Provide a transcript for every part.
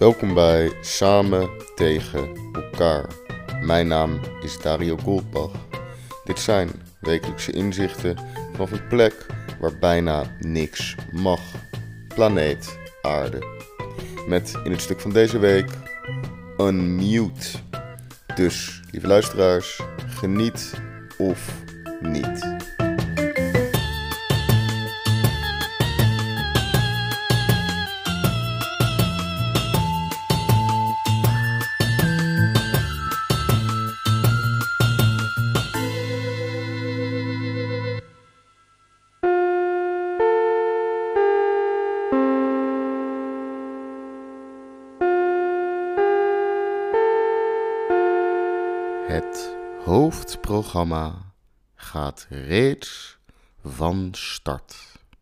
Welkom bij Samen tegen elkaar. Mijn naam is Dario Goldbach. Dit zijn wekelijkse inzichten vanaf een plek waar bijna niks mag. Planeet Aarde. Met in het stuk van deze week Unmute. Dus, lieve luisteraars, geniet of niet. Het hoofdprogramma gaat reeds van start.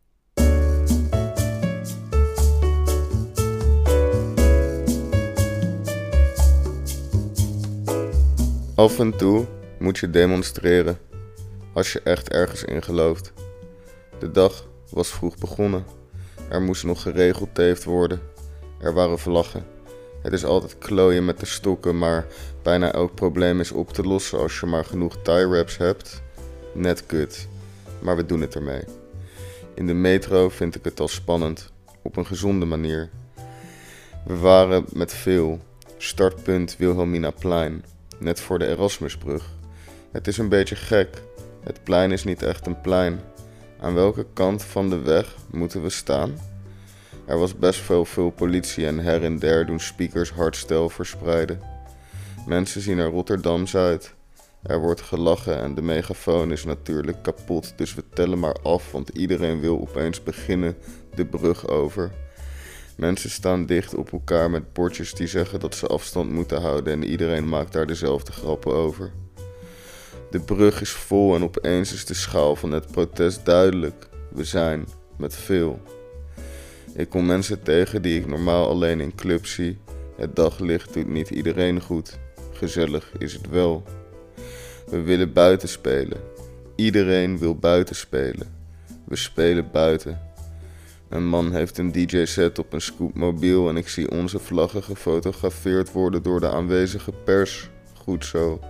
Af en toe moet je demonstreren als je echt ergens in gelooft. De dag was vroeg begonnen. Er moest nog geregeldteefd worden. Er waren vlaggen. Het is altijd klooien met de stokken, maar bijna elk probleem is op te lossen als je maar genoeg tie-wraps hebt. Net kut, maar we doen het ermee. In de metro vind ik het al spannend, op een gezonde manier. We waren met veel, startpunt Wilhelminaplein, net voor de Erasmusbrug. Het is een beetje gek, het plein is niet echt een plein. Aan welke kant van de weg moeten we staan? Er was best veel politie en her en der doen speakers hardstyle verspreiden. Mensen zien er Rotterdams uit. Er wordt gelachen en de megafoon is natuurlijk kapot, dus we tellen maar af, want iedereen wil opeens beginnen de brug over. Mensen staan dicht op elkaar met bordjes die zeggen dat ze afstand moeten houden en iedereen maakt daar dezelfde grappen over. De brug is vol en opeens is de schaal van het protest duidelijk. We zijn met veel. Ik kom mensen tegen die ik normaal alleen in clubs zie. Het daglicht doet niet iedereen goed. Gezellig is het wel. We willen buiten spelen. Iedereen wil buiten spelen. We spelen buiten. Een man heeft een DJ-set op een scootmobiel en ik zie onze vlaggen gefotografeerd worden door de aanwezige pers. Goed zo.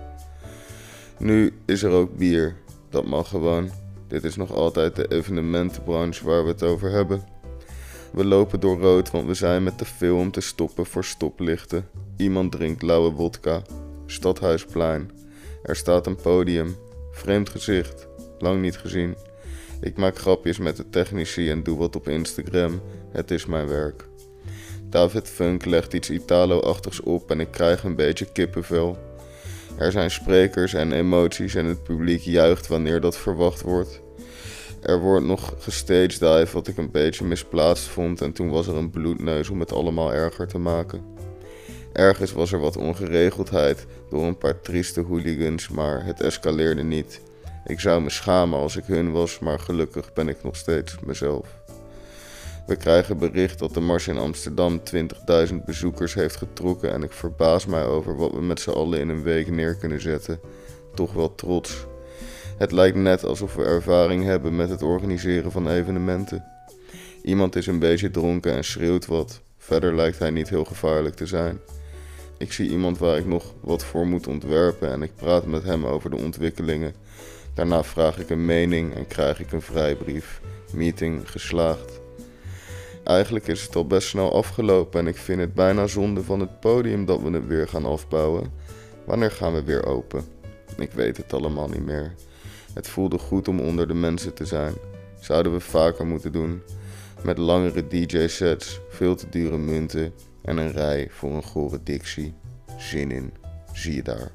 Nu is er ook bier. Dat mag gewoon. Dit is nog altijd de evenementenbranche waar we het over hebben. We lopen door rood, want we zijn met te veel om te stoppen voor stoplichten. Iemand drinkt lauwe wodka. Stadhuisplein. Er staat een podium. Vreemd gezicht. Lang niet gezien. Ik maak grapjes met de technici en doe wat op Instagram. Het is mijn werk. David Funk legt iets Italo-achtigs op en ik krijg een beetje kippenvel. Er zijn sprekers en emoties en het publiek juicht wanneer dat verwacht wordt. Er wordt nog gestagedive wat ik een beetje misplaatst vond en toen was er een bloedneus om het allemaal erger te maken. Ergens was er wat ongeregeldheid door een paar trieste hooligans, maar het escaleerde niet. Ik zou me schamen als ik hun was, maar gelukkig ben ik nog steeds mezelf. We krijgen bericht dat de mars in Amsterdam 20.000 bezoekers heeft getrokken en ik verbaas mij over wat we met z'n allen in een week neer kunnen zetten. Toch wel trots. Het lijkt net alsof we ervaring hebben met het organiseren van evenementen. Iemand is een beetje dronken en schreeuwt wat. Verder lijkt hij niet heel gevaarlijk te zijn. Ik zie iemand waar ik nog wat voor moet ontwerpen en ik praat met hem over de ontwikkelingen. Daarna vraag ik een mening en krijg ik een vrijbrief. Meeting geslaagd. Eigenlijk is het al best snel afgelopen en ik vind het bijna zonde van het podium dat we het weer gaan afbouwen. Wanneer gaan we weer open? Ik weet het allemaal niet meer. Het voelde goed om onder de mensen te zijn. Zouden we vaker moeten doen. Met langere DJ-sets, veel te dure munten en een rij voor een gore Dixie. Zin in. Zie je daar.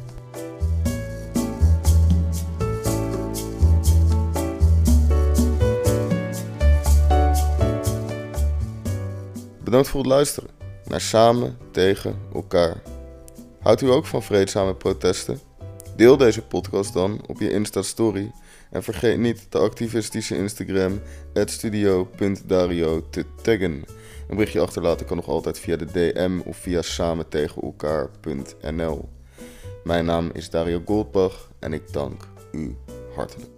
Bedankt voor het luisteren naar Samen tegen elkaar. Houdt u ook van vreedzame protesten? Deel deze podcast dan op je Insta-story en vergeet niet de activistische Instagram @studio.dario te taggen. Een berichtje achterlaten kan nog altijd via de DM of via samentegenelkaar.nl. Mijn naam is Dario Goldbach en ik dank u hartelijk.